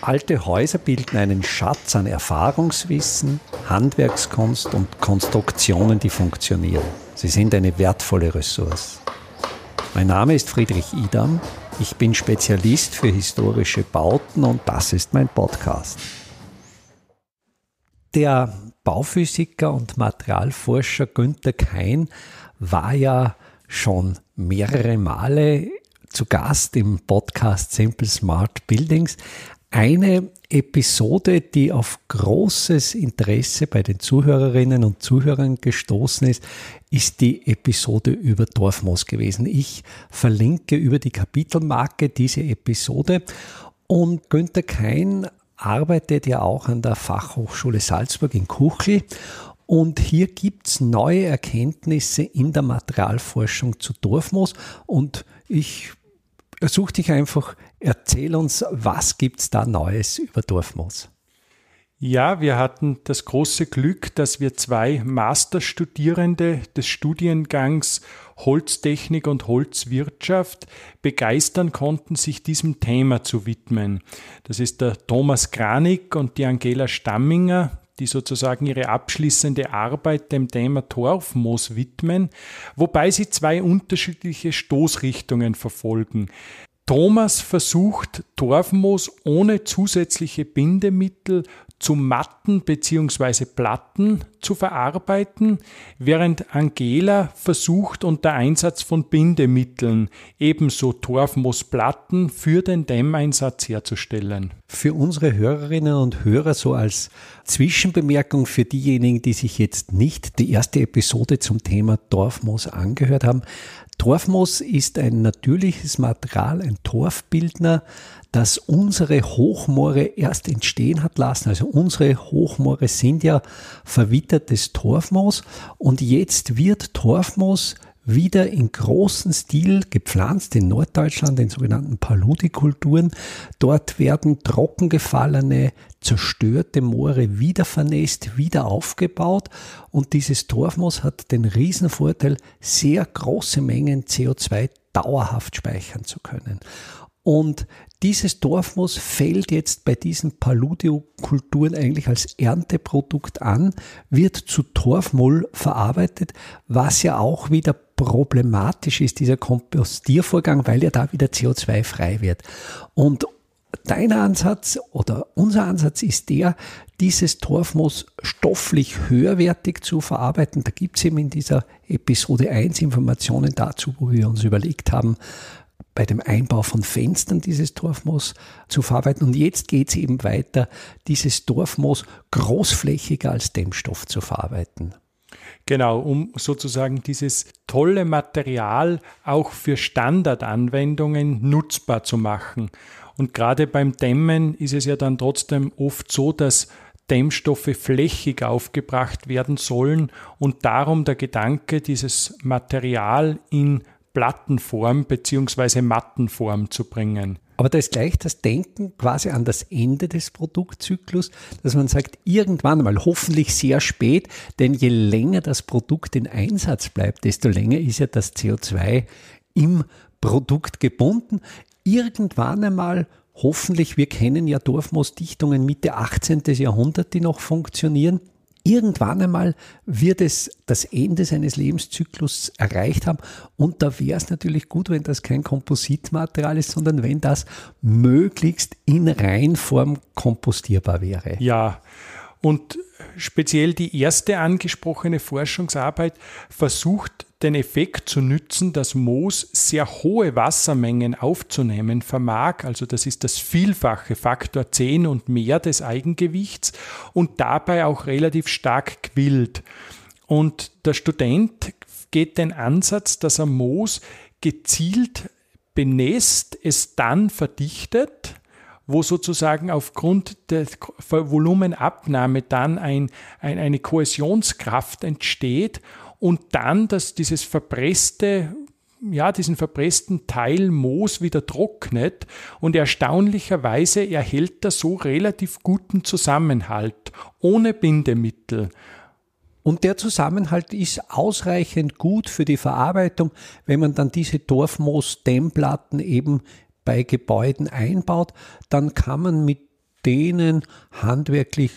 Alte Häuser bilden einen Schatz an Erfahrungswissen, Handwerkskunst und Konstruktionen, die funktionieren. Sie sind eine wertvolle Ressource. Mein Name ist Friedrich Idam. Ich bin Spezialist für historische Bauten und das ist mein Podcast. Der Bauphysiker und Materialforscher Günther Kein war ja schon mehrere Male zu Gast im Podcast Simple Smart Buildings. Eine Episode, die auf großes Interesse bei den Zuhörerinnen und Zuhörern gestoßen ist, ist die Episode über Torfmoos gewesen. Ich verlinke über die Kapitelmarke diese Episode und Günther Kein arbeitet ja auch an der Fachhochschule Salzburg in Kuchel und hier gibt es neue Erkenntnisse in der Materialforschung zu Torfmoos und ich ersuche dich einfach, erzähl uns, was gibt es da Neues über Torfmoos? Ja, wir hatten das große Glück, dass wir 2 Masterstudierende des Studiengangs Holztechnik und Holzwirtschaft begeistern konnten, sich diesem Thema zu widmen. Das ist der Thomas Kranig und die Angela Stamminger, die sozusagen ihre abschließende Arbeit dem Thema Torfmoos widmen, wobei sie 2 unterschiedliche Stoßrichtungen verfolgen. Thomas versucht, Torfmoos ohne zusätzliche Bindemittel zu Matten bzw. Platten zu verarbeiten, während Angela versucht, unter Einsatz von Bindemitteln ebenso Torfmoosplatten für den Dämmeinsatz herzustellen. Für unsere Hörerinnen und Hörer so als Zwischenbemerkung für diejenigen, die sich jetzt nicht die erste Episode zum Thema Torfmoos angehört haben. Torfmoos ist ein natürliches Material, ein Torfbildner, das unsere Hochmoore erst entstehen hat lassen. Also unsere Hochmoore sind ja verwittertes Torfmoos und jetzt wird Torfmoos wieder in großem Stil gepflanzt in Norddeutschland, in sogenannten Paludikulturen. Dort werden trockengefallene, zerstörte Moore wieder vernässt, wieder aufgebaut und dieses Torfmoos hat den Riesenvorteil, sehr große Mengen CO2 dauerhaft speichern zu können. Und dieses Torfmoos fällt jetzt bei diesen Paludiokulturen eigentlich als Ernteprodukt an, wird zu Torfmull verarbeitet, was ja auch wieder problematisch ist, dieser Kompostiervorgang, weil ja da wieder CO2 frei wird. Und dein Ansatz oder unser Ansatz ist der, dieses Torfmoos stofflich höherwertig zu verarbeiten. Da gibt es eben in dieser Episode 1 Informationen dazu, wo wir uns überlegt haben, bei dem Einbau von Fenstern dieses Torfmoos zu verarbeiten. Und jetzt geht es eben weiter, dieses Torfmoos großflächiger als Dämmstoff zu verarbeiten. Genau, um sozusagen dieses tolle Material auch für Standardanwendungen nutzbar zu machen. Und gerade beim Dämmen ist es ja dann trotzdem oft so, dass Dämmstoffe flächig aufgebracht werden sollen und darum der Gedanke, dieses Material in Plattenform bzw. Mattenform zu bringen. Aber da ist gleich das Denken quasi an das Ende des Produktzyklus, dass man sagt, irgendwann einmal, hoffentlich sehr spät, denn je länger das Produkt in Einsatz bleibt, desto länger ist ja das CO2 im Produkt gebunden. Irgendwann einmal, hoffentlich, wir kennen ja Torfmoosdichtungen Mitte 18. Jahrhundert, die noch funktionieren. Irgendwann einmal wird es das Ende seines Lebenszyklus erreicht haben und da wäre es natürlich gut, wenn das kein Kompositmaterial ist, sondern wenn das möglichst in Reinform kompostierbar wäre. Ja, und speziell die erste angesprochene Forschungsarbeit versucht, den Effekt zu nützen, dass Moos sehr hohe Wassermengen aufzunehmen vermag, also das ist das Vielfache, Faktor 10 und mehr des Eigengewichts und dabei auch relativ stark quillt. Und der Student geht den Ansatz, dass er Moos gezielt benässt, es dann verdichtet, wo sozusagen aufgrund der Volumenabnahme dann eine Kohäsionskraft entsteht und dann, dass diesen verpressten Teil Moos wieder trocknet und erstaunlicherweise erhält er so relativ guten Zusammenhalt, ohne Bindemittel. Und der Zusammenhalt ist ausreichend gut für die Verarbeitung, wenn man dann diese Torfmoos-Dämmplatten eben bei Gebäuden einbaut, dann kann man mit denen handwerklich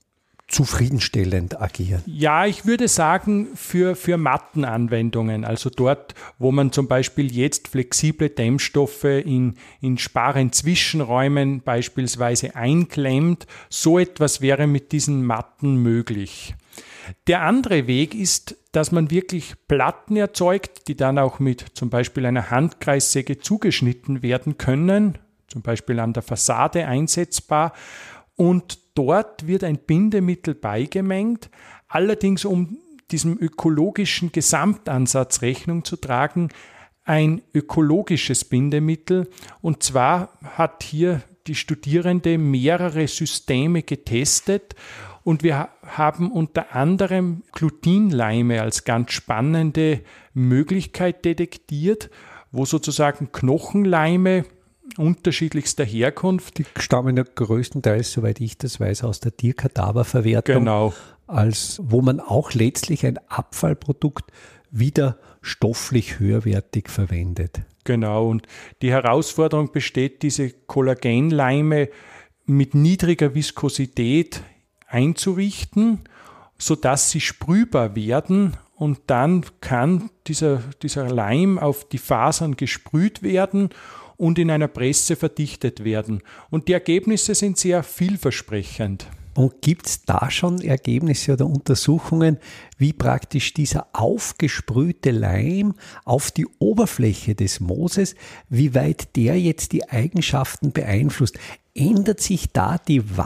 zufriedenstellend agieren? Ja, ich würde sagen, für Mattenanwendungen, also dort, wo man zum Beispiel jetzt flexible Dämmstoffe in sparen Zwischenräumen beispielsweise einklemmt, so etwas wäre mit diesen Matten möglich. Der andere Weg ist, dass man wirklich Platten erzeugt, die dann auch mit zum Beispiel einer Handkreissäge zugeschnitten werden können, zum Beispiel an der Fassade einsetzbar, und dort wird ein Bindemittel beigemengt, allerdings um diesem ökologischen Gesamtansatz Rechnung zu tragen, ein ökologisches Bindemittel. Und zwar hat hier die Studierende mehrere Systeme getestet und wir haben unter anderem Glutinleime als ganz spannende Möglichkeit detektiert, wo sozusagen Knochenleime unterschiedlichster Herkunft. Die stammen ja größtenteils, soweit ich das weiß, aus der Tierkadaververwertung. Genau. Wo man auch letztlich ein Abfallprodukt wieder stofflich höherwertig verwendet. Genau, und die Herausforderung besteht, diese Kollagenleime mit niedriger Viskosität einzurichten, sodass sie sprühbar werden, und dann kann dieser Leim auf die Fasern gesprüht werden und in einer Presse verdichtet werden. Und die Ergebnisse sind sehr vielversprechend. Und gibt es da schon Ergebnisse oder Untersuchungen, wie praktisch dieser aufgesprühte Leim auf die Oberfläche des Mooses, wie weit der jetzt die Eigenschaften beeinflusst? Ändert sich da die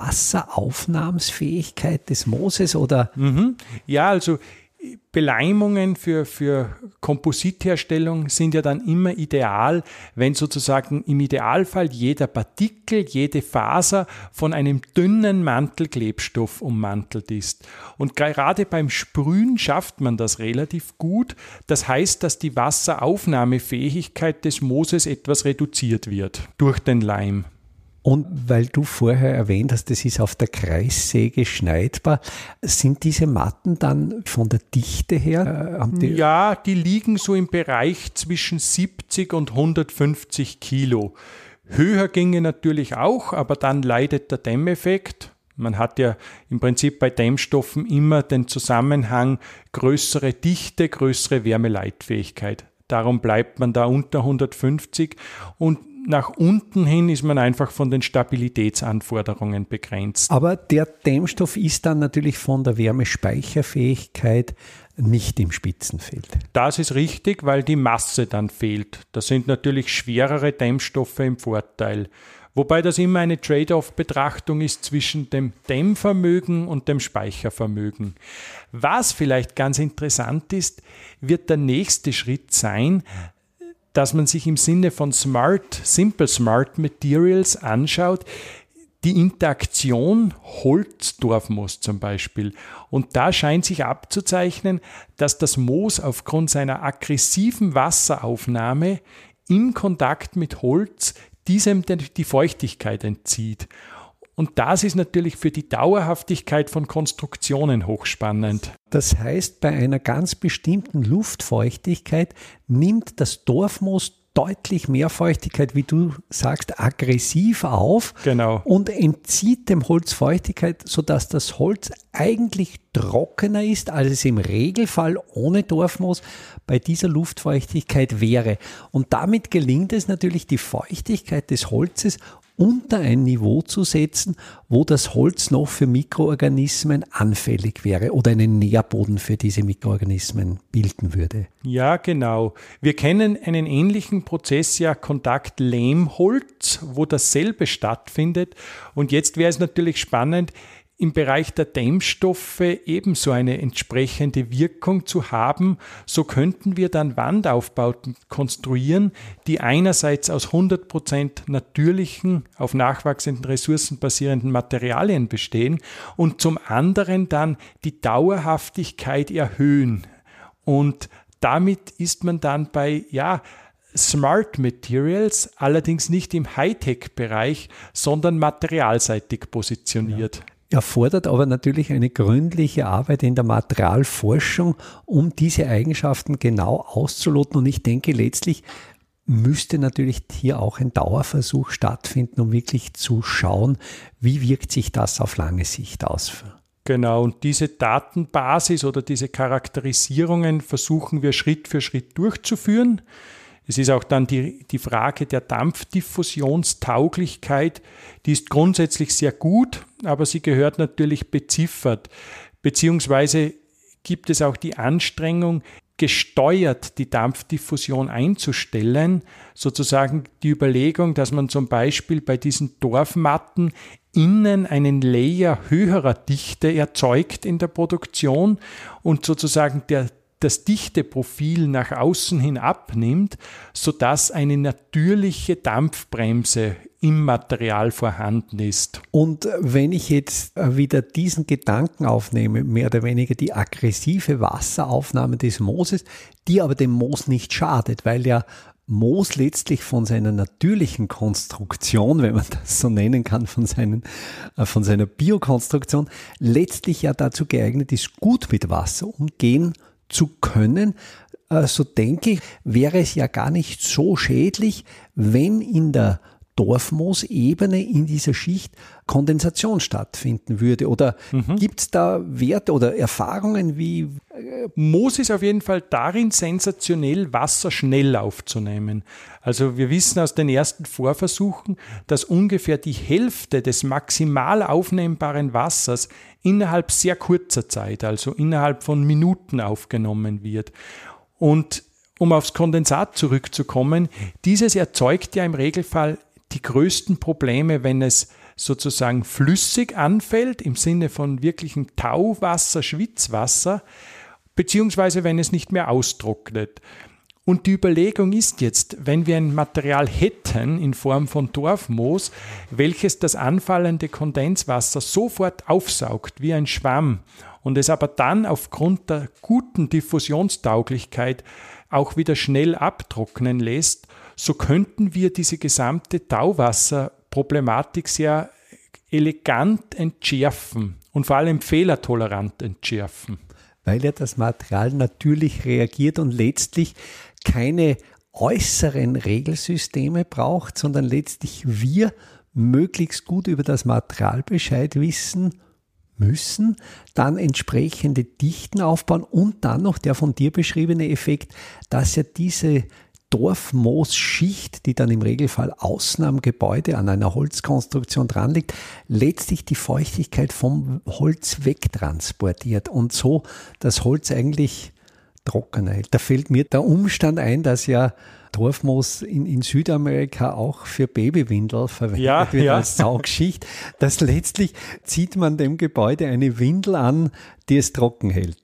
Wasseraufnahmsfähigkeit des Mooses oder? Ja, also Beleimungen für Kompositherstellung sind ja dann immer ideal, wenn sozusagen im Idealfall jeder Partikel, jede Faser von einem dünnen Mantelklebstoff ummantelt ist. Und gerade beim Sprühen schafft man das relativ gut. Das heißt, dass die Wasseraufnahmefähigkeit des Mooses etwas reduziert wird durch den Leim. Und weil du vorher erwähnt hast, das ist auf der Kreissäge schneidbar, sind diese Matten dann von der Dichte her? Ja, die liegen so im Bereich zwischen 70 und 150 Kilo. Höher ginge natürlich auch, aber dann leidet der Dämmeffekt. Man hat ja im Prinzip bei Dämmstoffen immer den Zusammenhang größere Dichte, größere Wärmeleitfähigkeit. Darum bleibt man da unter 150 und nach unten hin ist man einfach von den Stabilitätsanforderungen begrenzt. Aber der Dämmstoff ist dann natürlich von der Wärmespeicherfähigkeit nicht im Spitzenfeld. Das ist richtig, weil die Masse dann fehlt. Da sind natürlich schwerere Dämmstoffe im Vorteil. Wobei das immer eine Trade-off-Betrachtung ist zwischen dem Dämmvermögen und dem Speichervermögen. Was vielleicht ganz interessant ist, wird der nächste Schritt sein, dass man sich im Sinne von Simple Smart Materials anschaut, die Interaktion Holz-Torfmoos zum Beispiel. Und da scheint sich abzuzeichnen, dass das Moos aufgrund seiner aggressiven Wasseraufnahme im Kontakt mit Holz diesem die Feuchtigkeit entzieht. Und das ist natürlich für die Dauerhaftigkeit von Konstruktionen hochspannend. Das heißt, bei einer ganz bestimmten Luftfeuchtigkeit nimmt das Torfmoos deutlich mehr Feuchtigkeit, wie du sagst, aggressiv auf. Genau. Und entzieht dem Holz Feuchtigkeit, sodass das Holz eigentlich trockener ist, als es im Regelfall ohne Torfmoos bei dieser Luftfeuchtigkeit wäre. Und damit gelingt es natürlich, die Feuchtigkeit des Holzes unter ein Niveau zu setzen, wo das Holz noch für Mikroorganismen anfällig wäre oder einen Nährboden für diese Mikroorganismen bilden würde. Ja, genau. Wir kennen einen ähnlichen Prozess ja Kontakt-Lehmholz, wo dasselbe stattfindet. Und jetzt wäre es natürlich spannend, im Bereich der Dämmstoffe ebenso eine entsprechende Wirkung zu haben. So könnten wir dann Wandaufbauten konstruieren, die einerseits aus 100% natürlichen, auf nachwachsenden Ressourcen basierenden Materialien bestehen und zum anderen dann die Dauerhaftigkeit erhöhen. Und damit ist man dann bei, Smart Materials, allerdings nicht im Hightech-Bereich, sondern materialseitig positioniert. Ja. Erfordert aber natürlich eine gründliche Arbeit in der Materialforschung, um diese Eigenschaften genau auszuloten. Und ich denke letztlich, müsste natürlich hier auch ein Dauerversuch stattfinden, um wirklich zu schauen, wie wirkt sich das auf lange Sicht aus. Genau, und diese Datenbasis oder diese Charakterisierungen versuchen wir Schritt für Schritt durchzuführen. Es ist auch dann die Frage der Dampfdiffusionstauglichkeit, die ist grundsätzlich sehr gut, aber sie gehört natürlich beziffert, beziehungsweise gibt es auch die Anstrengung, gesteuert die Dampfdiffusion einzustellen, sozusagen die Überlegung, dass man zum Beispiel bei diesen Torfmatten innen einen Layer höherer Dichte erzeugt in der Produktion und sozusagen das Dichteprofil nach außen hin abnimmt, sodass eine natürliche Dampfbremse im Material vorhanden ist. Und wenn ich jetzt wieder diesen Gedanken aufnehme, mehr oder weniger die aggressive Wasseraufnahme des Mooses, die aber dem Moos nicht schadet, weil ja Moos letztlich von seiner natürlichen Konstruktion, wenn man das so nennen kann, von seiner Biokonstruktion, letztlich ja dazu geeignet ist, gut mit Wasser umgehen zu können. So denke ich, wäre es ja gar nicht so schädlich, wenn in der Torfmoosebene in dieser Schicht Kondensation stattfinden würde. Oder gibt es da Werte oder Erfahrungen, wie? Moos ist auf jeden Fall darin sensationell, Wasser schnell aufzunehmen. Also wir wissen aus den ersten Vorversuchen, dass ungefähr die Hälfte des maximal aufnehmbaren Wassers innerhalb sehr kurzer Zeit, also innerhalb von Minuten aufgenommen wird. Und um aufs Kondensat zurückzukommen, dieses erzeugt ja im Regelfall die größten Probleme, wenn es sozusagen flüssig anfällt, im Sinne von wirklichem Tauwasser, Schwitzwasser, beziehungsweise wenn es nicht mehr austrocknet. Und die Überlegung ist jetzt, wenn wir ein Material hätten in Form von Torfmoos, welches das anfallende Kondenswasser sofort aufsaugt wie ein Schwamm und es aber dann aufgrund der guten Diffusionstauglichkeit auch wieder schnell abtrocknen lässt, so könnten wir diese gesamte Tauwasserproblematik sehr elegant entschärfen und vor allem fehlertolerant entschärfen. Weil ja das Material natürlich reagiert und letztlich keine äußeren Regelsysteme braucht, sondern letztlich wir möglichst gut über das Material Bescheid wissen müssen, dann entsprechende Dichten aufbauen und dann noch der von dir beschriebene Effekt, dass ja diese Torfmoosschicht, die dann im Regelfall außen am Gebäude an einer Holzkonstruktion dran liegt, letztlich die Feuchtigkeit vom Holz wegtransportiert und so das Holz eigentlich trockener hält. Da fällt mir der Umstand ein, dass ja Torfmoos in Südamerika auch für Babywindel verwendet wird als Saugschicht, dass letztlich zieht man dem Gebäude eine Windel an, die es trocken hält.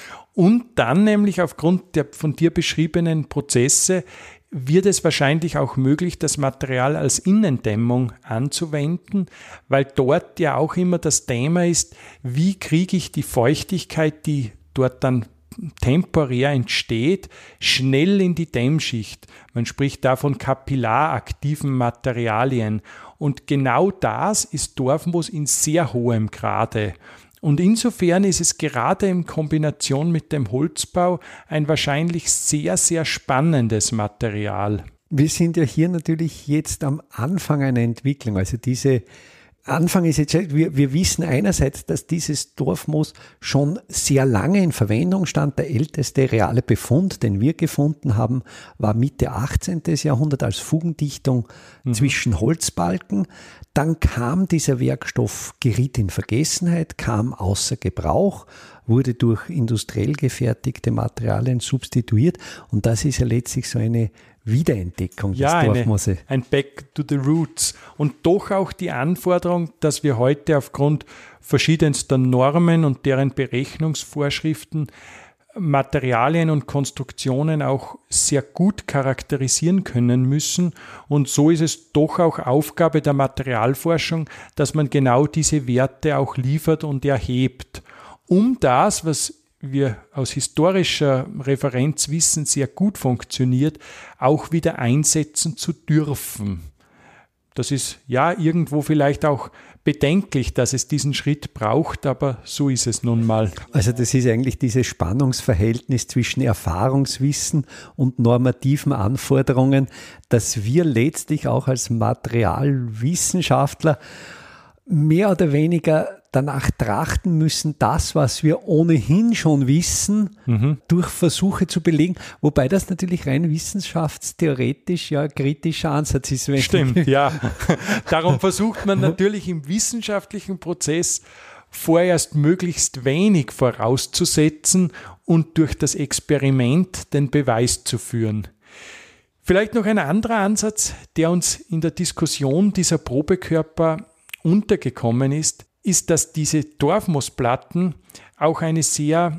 Und dann nämlich aufgrund der von dir beschriebenen Prozesse wird es wahrscheinlich auch möglich, das Material als Innendämmung anzuwenden, weil dort ja auch immer das Thema ist, wie kriege ich die Feuchtigkeit, die dort dann temporär entsteht, schnell in die Dämmschicht. Man spricht da von kapillaraktiven Materialien. Und genau das ist Torfmoos in sehr hohem Grade. Und insofern ist es gerade in Kombination mit dem Holzbau ein wahrscheinlich sehr, sehr spannendes Material. Wir sind ja hier natürlich jetzt am Anfang einer Entwicklung. Also diese Anfang ist jetzt, wir wissen einerseits, dass dieses Torfmoos schon sehr lange in Verwendung stand. Der älteste reale Befund, den wir gefunden haben, war Mitte 18. Jahrhundert als Fugendichtung zwischen Holzbalken. Dann kam dieser Werkstoff, geriet in Vergessenheit, kam außer Gebrauch, wurde durch industriell gefertigte Materialien substituiert und das ist ja letztlich so eine Wiederentdeckung des Torfmooses. Ein Back to the Roots. Und doch auch die Anforderung, dass wir heute aufgrund verschiedenster Normen und deren Berechnungsvorschriften Materialien und Konstruktionen auch sehr gut charakterisieren können müssen. Und so ist es doch auch Aufgabe der Materialforschung, dass man genau diese Werte auch liefert und erhebt, um das, was wir aus historischer Referenz wissen, sehr gut funktioniert, auch wieder einsetzen zu dürfen. Das ist ja irgendwo vielleicht auch bedenklich, dass es diesen Schritt braucht, aber so ist es nun mal. Also das ist eigentlich dieses Spannungsverhältnis zwischen Erfahrungswissen und normativen Anforderungen, dass wir letztlich auch als Materialwissenschaftler mehr oder weniger danach trachten müssen, das, was wir ohnehin schon wissen, durch Versuche zu belegen, wobei das natürlich rein wissenschaftstheoretisch ja kritischer Ansatz ist. Stimmt, ja. Darum versucht man natürlich im wissenschaftlichen Prozess vorerst möglichst wenig vorauszusetzen und durch das Experiment den Beweis zu führen. Vielleicht noch ein anderer Ansatz, der uns in der Diskussion dieser Probekörper untergekommen ist, dass diese Torfmoosplatten auch eine sehr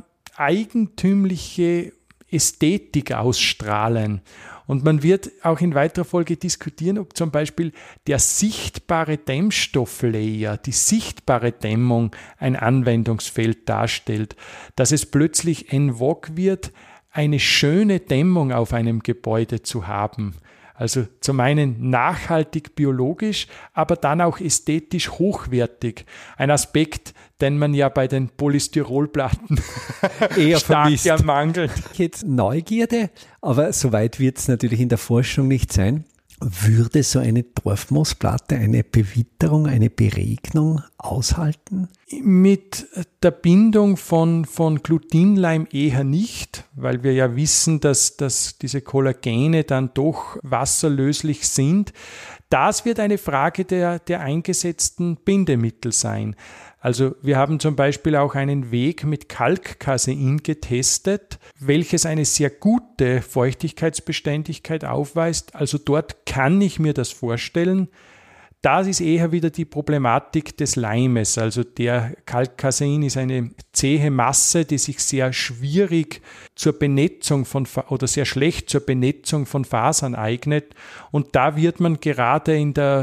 eigentümliche Ästhetik ausstrahlen. Und man wird auch in weiterer Folge diskutieren, ob zum Beispiel der sichtbare Dämmstofflayer, die sichtbare Dämmung ein Anwendungsfeld darstellt, dass es plötzlich en vogue wird, eine schöne Dämmung auf einem Gebäude zu haben. Also zum einen nachhaltig biologisch, aber dann auch ästhetisch hochwertig. Ein Aspekt, den man ja bei den Polystyrolplatten eher stark mangelt. Jetzt Neugierde, aber soweit wird es natürlich in der Forschung nicht sein. Würde so eine Torfmoosplatte eine Bewitterung, eine Beregnung aushalten? Mit der Bindung von Glutinleim eher nicht, weil wir ja wissen, dass diese Kollagene dann doch wasserlöslich sind. Das wird eine Frage der eingesetzten Bindemittel sein. Also wir haben zum Beispiel auch einen Weg mit Kalkcasein getestet, welches eine sehr gute Feuchtigkeitsbeständigkeit aufweist. Also dort kann ich mir das vorstellen. Das ist eher wieder die Problematik des Leimes. Also der Kalkcasein ist eine zähe Masse, die sich sehr schwierig zur Benetzung oder sehr schlecht zur Benetzung von Fasern eignet. Und da wird man gerade in der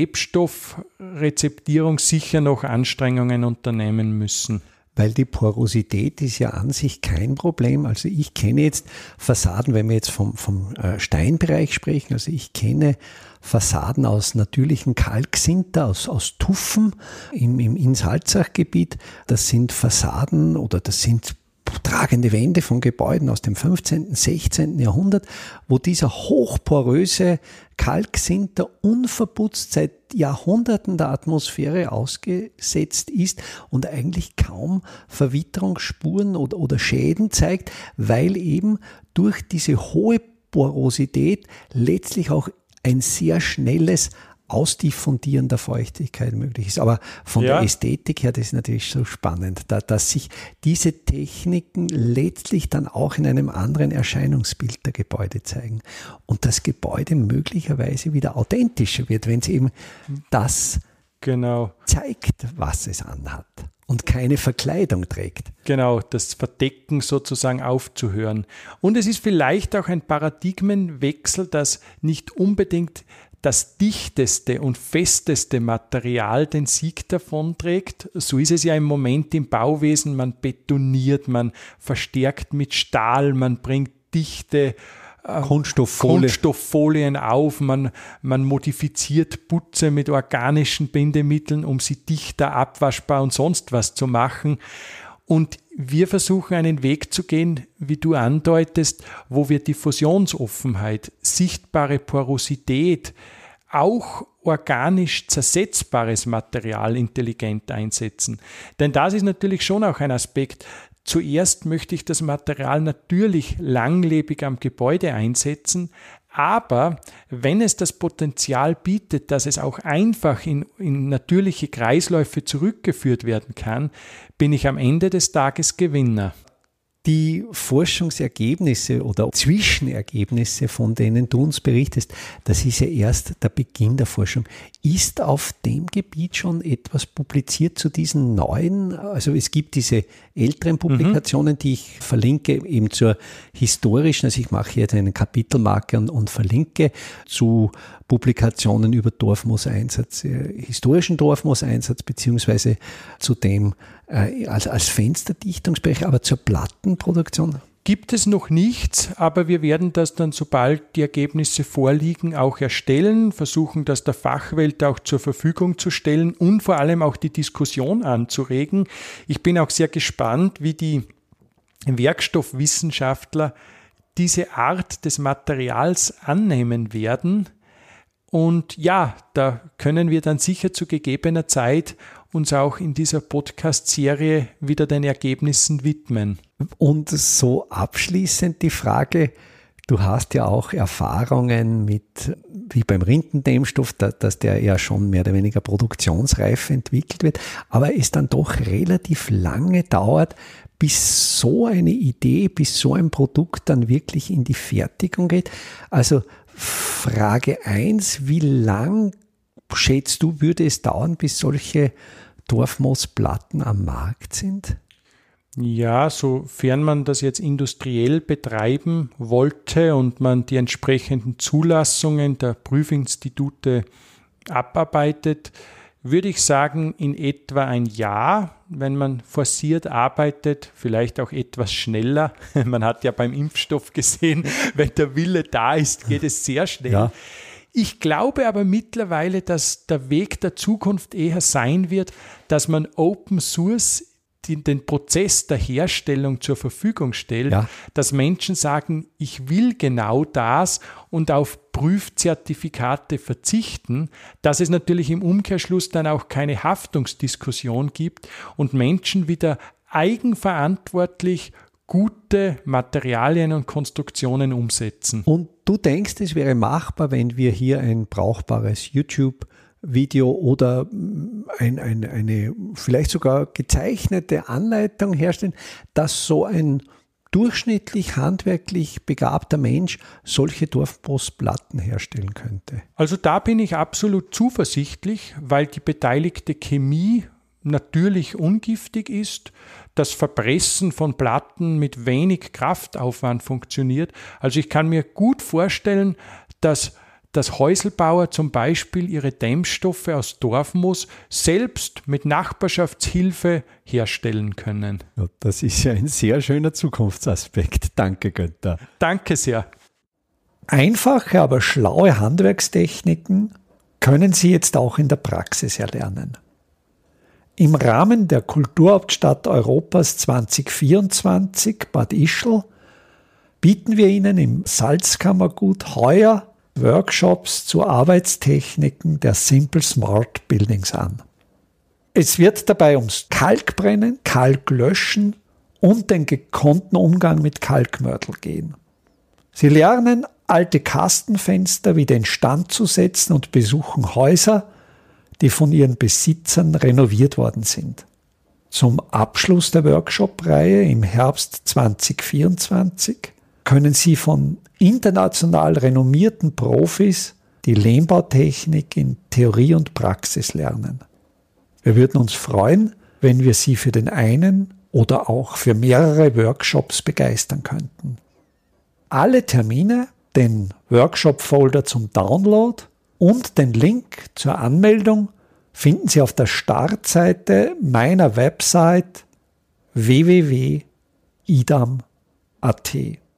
Klebstoffrezeptierung sicher noch Anstrengungen unternehmen müssen. Weil die Porosität ist ja an sich kein Problem. Also ich kenne jetzt Fassaden, wenn wir jetzt vom Steinbereich sprechen, also ich kenne Fassaden aus natürlichen Kalksinter, aus Tuffen im Salzachgebiet. Das sind Fassaden oder das sind tragende Wände von Gebäuden aus dem 15., 16. Jahrhundert, wo dieser hochporöse Kalksinter unverputzt seit Jahrhunderten der Atmosphäre ausgesetzt ist und eigentlich kaum Verwitterungsspuren oder Schäden zeigt, weil eben durch diese hohe Porosität letztlich auch ein sehr schnelles Ausdiffundieren der Feuchtigkeit möglich ist. Aber von der Ästhetik her, das ist natürlich so spannend, dass sich diese Techniken letztlich dann auch in einem anderen Erscheinungsbild der Gebäude zeigen. Und das Gebäude möglicherweise wieder authentischer wird, wenn es eben das zeigt, was es anhat und keine Verkleidung trägt. Genau, das Verdecken sozusagen aufzuhören. Und es ist vielleicht auch ein Paradigmenwechsel, dass nicht unbedingt das dichteste und festeste Material den Sieg davonträgt. So ist es ja im Moment im Bauwesen. Man betoniert, man verstärkt mit Stahl, man bringt dichte Kunststofffolien auf, man modifiziert Putze mit organischen Bindemitteln, um sie dichter, abwaschbar und sonst was zu machen. Und wir versuchen einen Weg zu gehen, wie du andeutest, wo wir Diffusionsoffenheit, sichtbare Porosität, auch organisch zersetzbares Material intelligent einsetzen. Denn das ist natürlich schon auch ein Aspekt. Zuerst möchte ich das Material natürlich langlebig am Gebäude einsetzen, aber wenn es das Potenzial bietet, dass es auch einfach in natürliche Kreisläufe zurückgeführt werden kann, bin ich am Ende des Tages Gewinner. Die Forschungsergebnisse oder Zwischenergebnisse, von denen du uns berichtest, das ist ja erst der Beginn der Forschung. Ist auf dem Gebiet schon etwas publiziert zu diesen neuen? Also es gibt diese älteren Publikationen, die ich verlinke eben zur historischen, also ich mache jetzt eine Kapitelmarke und verlinke zu Publikationen über Torfmooseinsatz, historischen Torfmooseinsatz beziehungsweise zu dem als Fensterdichtungsbereich, aber zur Plattenproduktion? gibt es noch nichts, aber wir werden das dann, sobald die Ergebnisse vorliegen, auch erstellen, versuchen, das der Fachwelt auch zur Verfügung zu stellen und vor allem auch die Diskussion anzuregen. Ich bin auch sehr gespannt, wie die Werkstoffwissenschaftler diese Art des Materials annehmen werden. Und ja, da können wir dann sicher zu gegebener Zeit uns auch in dieser Podcast-Serie wieder den Ergebnissen widmen. Und so abschließend die Frage, du hast ja auch Erfahrungen mit, wie beim Rindendämmstoff, dass der ja schon mehr oder weniger produktionsreif entwickelt wird, aber es dann doch relativ lange dauert, bis so eine Idee, bis so ein Produkt dann wirklich in die Fertigung geht. Also Frage 1, wie lang schätzt du, würde es dauern, bis solche Dorfmoosplatten am Markt sind? Ja, sofern man das jetzt industriell betreiben wollte und man die entsprechenden Zulassungen der Prüfinstitute abarbeitet, würde ich sagen, in etwa ein Jahr, wenn man forciert arbeitet, vielleicht auch etwas schneller. Man hat ja beim Impfstoff gesehen, wenn der Wille da ist, geht es sehr schnell. Ja. Ich glaube aber mittlerweile, dass der Weg der Zukunft eher sein wird, dass man Open Source den Prozess der Herstellung zur Verfügung stellt, dass Menschen sagen, ich will genau das und auf Prüfzertifikate verzichten, dass es natürlich im Umkehrschluss dann auch keine Haftungsdiskussion gibt und Menschen wieder eigenverantwortlich gute Materialien und Konstruktionen umsetzen. Und du denkst, es wäre machbar, wenn wir hier ein brauchbares YouTube-Video oder eine vielleicht sogar gezeichnete Anleitung herstellen, dass so ein durchschnittlich handwerklich begabter Mensch solche Dorfmoosplatten herstellen könnte? Also da bin ich absolut zuversichtlich, weil die beteiligte Chemie natürlich ungiftig ist, das Verpressen von Platten mit wenig Kraftaufwand funktioniert. Also ich kann mir gut vorstellen, dass Häuselbauer zum Beispiel ihre Dämmstoffe aus Dorfmoos selbst mit Nachbarschaftshilfe herstellen können. Ja, das ist ja ein sehr schöner Zukunftsaspekt. Danke, Günther. Danke sehr. Einfache, aber schlaue Handwerkstechniken können Sie jetzt auch in der Praxis erlernen. Im Rahmen der Kulturhauptstadt Europas 2024, Bad Ischl, bieten wir Ihnen im Salzkammergut heuer Workshops zu Arbeitstechniken der Simple Smart Buildings an. Es wird dabei ums Kalkbrennen, Kalklöschen und den gekonnten Umgang mit Kalkmörtel gehen. Sie lernen, alte Kastenfenster wieder instand zu setzen und besuchen Häuser, die von ihren Besitzern renoviert worden sind. Zum Abschluss der Workshop-Reihe im Herbst 2024 können Sie von international renommierten Profis die Lehmbautechnik in Theorie und Praxis lernen. Wir würden uns freuen, wenn wir Sie für den einen oder auch für mehrere Workshops begeistern könnten. Alle Termine, den Workshop-Folder zum Download und den Link zur Anmeldung finden Sie auf der Startseite meiner Website www.idam.at.